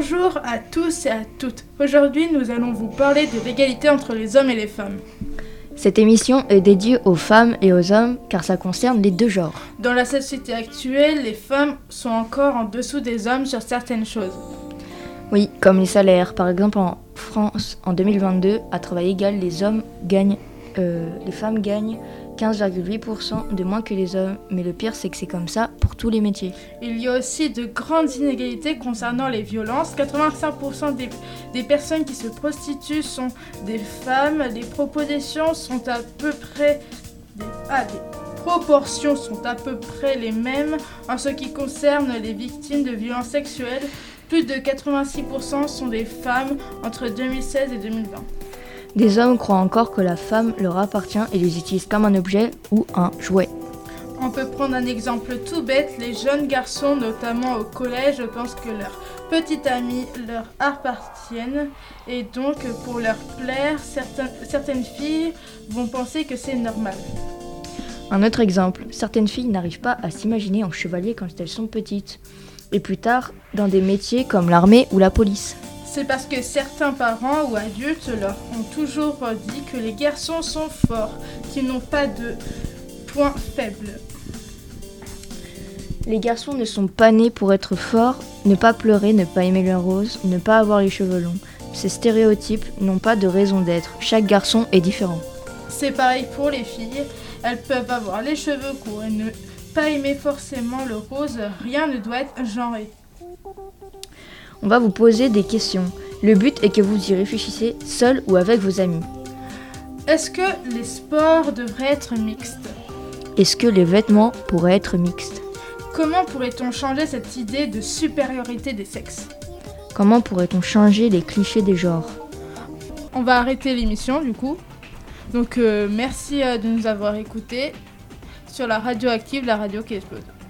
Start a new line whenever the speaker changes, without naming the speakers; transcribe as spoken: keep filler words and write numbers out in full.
Bonjour à tous et à toutes. Aujourd'hui, nous allons vous parler de l'égalité entre les hommes et les femmes.
Cette émission est dédiée aux femmes et aux hommes car ça concerne les deux genres.
Dans la société actuelle, les femmes sont encore en dessous des hommes sur certaines choses.
Oui, comme les salaires. Par exemple, en France, en deux mille vingt-deux, à travail égal, les hommes gagnent, euh, les femmes gagnent quinze virgule huit pour cent de moins que les hommes. Mais le pire, c'est que c'est comme ça pour tous les métiers.
Il y a aussi de grandes inégalités concernant les violences. quatre-vingt-cinq pour cent des, des personnes qui se prostituent sont des femmes. Les propositions sont à peu près... Des, ah, des proportions sont à peu près les mêmes en ce qui concerne les victimes de violences sexuelles. Plus de quatre-vingt-six pour cent sont des femmes entre deux mille seize et deux mille vingt.
Des hommes croient encore que la femme leur appartient et les utilisent comme un objet ou un jouet.
On peut prendre un exemple tout bête, les jeunes garçons, notamment au collège, pensent que leurs petites amies leur appartiennent et donc pour leur plaire, certaines, certaines filles vont penser que c'est normal.
Un autre exemple, certaines filles n'arrivent pas à s'imaginer en chevalier quand elles sont petites et plus tard dans des métiers comme l'armée ou la police.
C'est parce que certains parents ou adultes leur ont toujours dit que les garçons sont forts, qu'ils n'ont pas de points faibles.
Les garçons ne sont pas nés pour être forts, ne pas pleurer, ne pas aimer le rose, ne pas avoir les cheveux longs. Ces stéréotypes n'ont pas de raison d'être. Chaque garçon est différent.
C'est pareil pour les filles. Elles peuvent avoir les cheveux courts et ne pas aimer forcément le rose. Rien ne doit être genré.
On va vous poser des questions. Le but est que vous y réfléchissez seul ou avec vos amis.
Est-ce que les sports devraient être mixtes ?
Est-ce que les vêtements pourraient être mixtes ?
Comment pourrait-on changer cette idée de supériorité des sexes ?
Comment pourrait-on changer les clichés des genres ?
On va arrêter l'émission du coup. Donc euh, merci euh, de nous avoir écoutés sur la radio active, la radio qui explose.